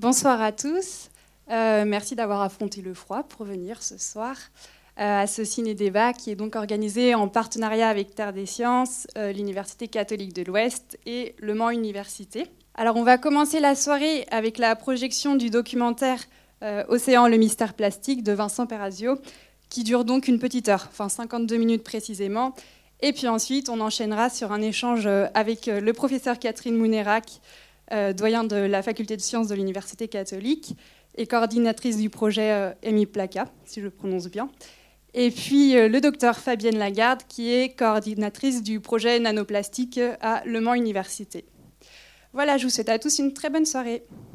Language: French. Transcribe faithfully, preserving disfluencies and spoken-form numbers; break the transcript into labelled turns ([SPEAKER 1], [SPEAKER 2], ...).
[SPEAKER 1] Bonsoir à tous. Euh, merci d'avoir affronté le froid pour venir ce soir euh, à ce ciné-débat qui est donc organisé en partenariat avec Terre des Sciences, euh, l'Université catholique de l'Ouest et Le Mans Université. Alors on va commencer la soirée avec la projection du documentaire euh, Océan, le mystère plastique de Vincent Perazio, qui dure donc une petite heure, enfin cinquante-deux minutes précisément. Et puis ensuite, on enchaînera sur un échange avec le professeur Catherine Mounerac, euh, doyen de la faculté de sciences de l'Université catholique et coordinatrice du projet euh, M I Placa, si je prononce bien. Et puis euh, le docteur Fabienne Lagarde, qui est coordinatrice du projet Nanoplastique à Le Mans Université. Voilà, je vous souhaite à tous une très bonne soirée.